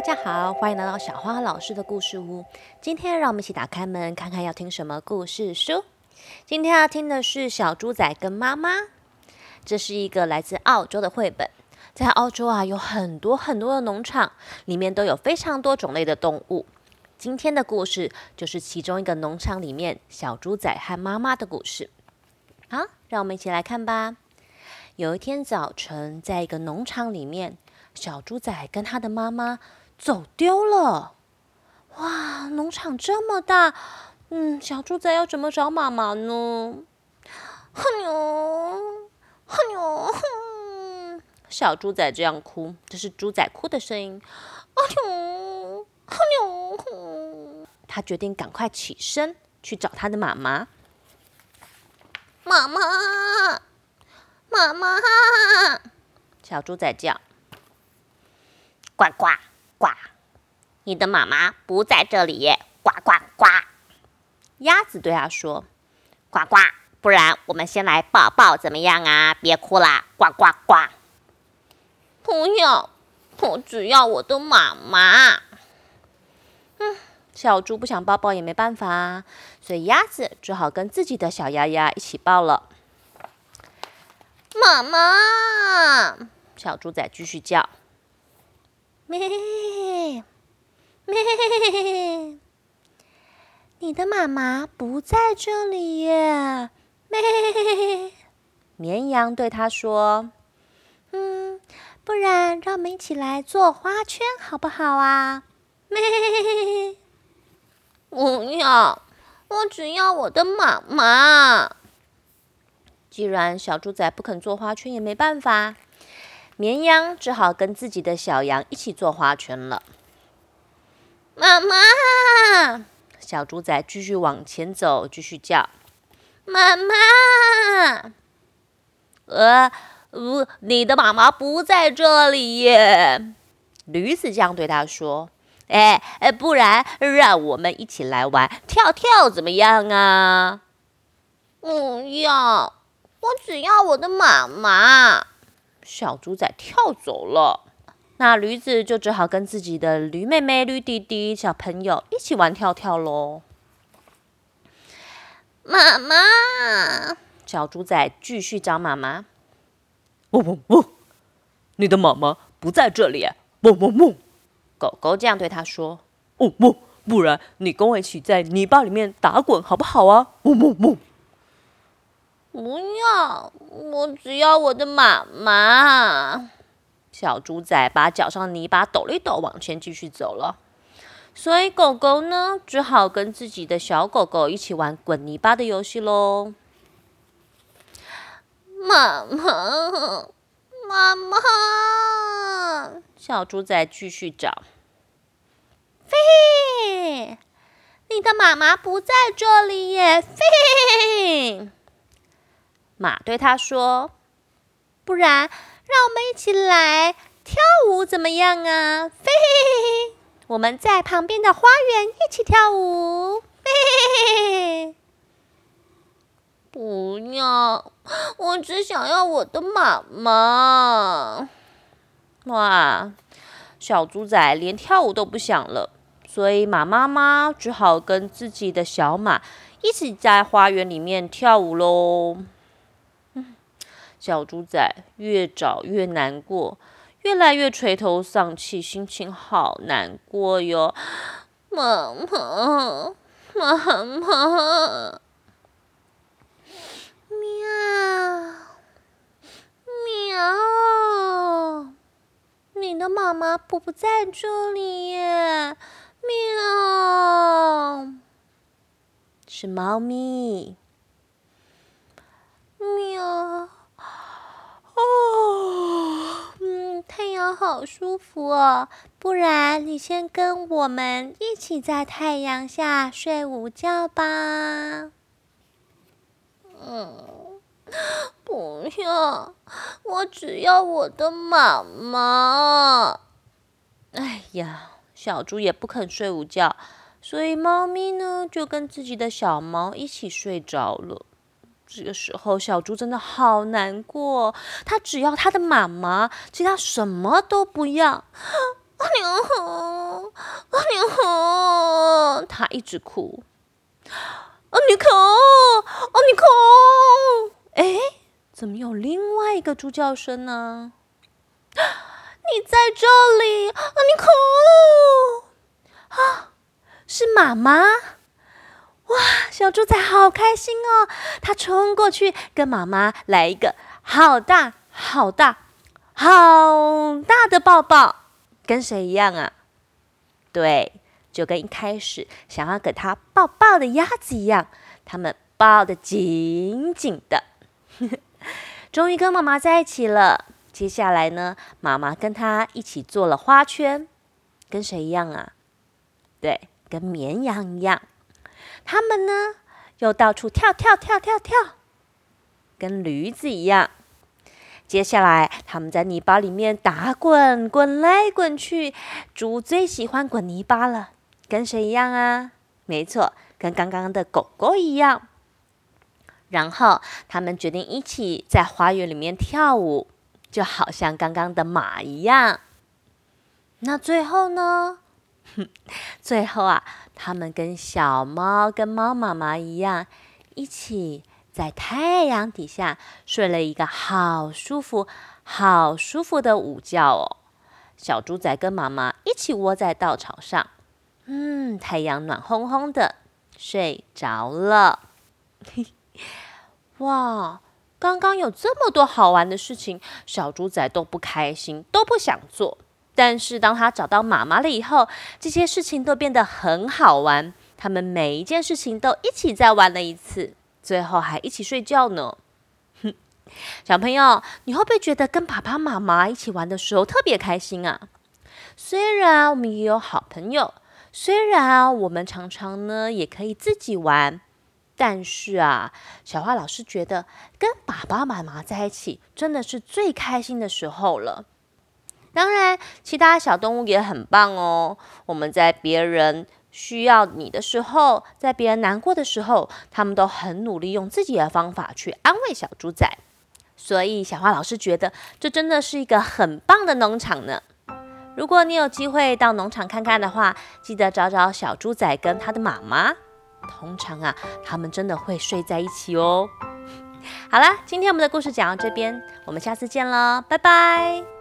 家好，欢迎来到小花老师的故事屋。今天让我们一起打开门，看看要听什么故事书。今天要听的是小猪仔跟妈妈。这是一个来自澳洲的绘本。在澳洲有很多的农场，里面都有非常多种类的动物。今天的故事就是其中一个农场里面小猪仔和妈妈的故事。好，让我们一起来看吧。有一天早晨，在一个农场里面，小猪仔跟他的妈妈走丢了。哇，农场这么大，小猪仔要怎么找妈妈呢？小猪仔这样哭，这是猪仔哭的声音。他决定赶快起身去找他的妈妈。妈妈，妈妈！小猪仔叫。呱呱呱！你的妈妈不在这里耶！呱呱呱！鸭子对他说：“呱呱，不然我们先来抱抱怎么样啊？别哭啦！呱呱呱！”不要，我只要我的妈妈。小猪不想抱抱也没办法啊，所以鸭子只好跟自己的小鸭鸭一起抱了。妈妈！小猪仔继续叫。咩咩，你的妈妈不在这里耶！咩，绵羊对他说：“不然让我们一起来做花圈好不好啊？”咩，不要，我只要我的妈妈。既然小猪仔不肯做花圈，也没办法。绵羊只好跟自己的小羊一起做花圈了。妈妈！小猪仔继续往前走，继续叫：“妈妈！”你的妈妈不在这里耶！驴子这样对他说：“不然让我们一起来玩跳跳怎么样啊？”不要，我只要我的妈妈。小猪仔跳走了，那驴子就只好跟自己的驴妹妹、驴弟弟小朋友一起玩跳跳咯。妈妈，小猪仔继续找妈妈。 你的妈妈不在这里。汪汪汪！ 狗狗这样对他说。 不然你跟我一起在泥巴里面打滚好不好啊？汪汪汪！ 不要，我只要我的妈妈。小猪仔把脚上的泥巴抖了一抖，往前继续走了。所以狗狗呢，只好跟自己的小狗狗一起玩滚泥巴的游戏咯。妈妈，妈妈！小猪仔继续找。飞！你的妈妈不在这里耶！飞！马对他说：“不然，让我们一起来跳舞怎么样啊？”飞！我们在旁边的花园一起跳舞。飞！不要，我只想要我的妈妈。哇，小猪仔连跳舞都不想了，所以马妈妈只好跟自己的小马一起在花园里面跳舞咯。小猪仔越找越难过，越来越垂头丧气，心情好难过哟。妈妈，妈妈，喵喵，你的妈妈不在这里耶。喵，是猫咪。喵。太阳好舒服哦，不然你先跟我们一起在太阳下睡午觉吧。不要，我只要我的妈妈。哎呀，小猪也不肯睡午觉，所以猫咪呢就跟自己的小猫一起睡着了。这个时候，小猪真的好难过，他只要他的妈妈，其他什么都不要。 他一直哭。尼克，哎，怎么有另外一个猪叫声呢？你在这里，尼克！是妈妈！哇，小猪仔好开心哦！他冲过去跟妈妈来一个好大的抱抱，跟谁一样啊？对，就跟一开始想要给他抱抱的鸭子一样，他们抱得紧紧的。终于跟妈妈在一起了。接下来呢，妈妈跟他一起做了花圈，跟谁一样啊？对，跟绵羊一样。他们呢，又到处跳，跟驴子一样。接下来，他们在泥巴里面打滚，滚来滚去。猪最喜欢滚泥巴了，跟谁一样啊？没错，跟刚刚的狗狗一样。然后，他们决定一起在花园里面跳舞，就好像刚刚的马一样。那最后呢？最后啊，他们跟小猫跟猫妈妈一样，一起在太阳底下睡了一个好舒服的午觉哦。小猪仔跟妈妈一起窝在稻草上，太阳暖烘烘的，睡着了。哇，刚刚有这么多好玩的事情，小猪仔都不开心，都不想做。但是当他找到妈妈了以后，这些事情都变得很好玩。他们每一件事情都一起再玩了一次，最后还一起睡觉呢。小朋友，你会不会觉得跟爸爸妈妈一起玩的时候特别开心啊？虽然我们也有好朋友，虽然我们常常呢也可以自己玩，但是啊，小花老师觉得跟爸爸妈妈在一起真的是最开心的时候了。当然，其他小动物也很棒哦。我们在别人需要你的时候，在别人难过的时候，他们都很努力用自己的方法去安慰小猪仔。所以小花老师觉得这真的是一个很棒的农场呢。如果你有机会到农场看看的话，记得找找小猪仔跟他的妈妈。通常啊，他们真的会睡在一起哦。好啦，今天我们的故事讲到这边，我们下次见咯，拜拜。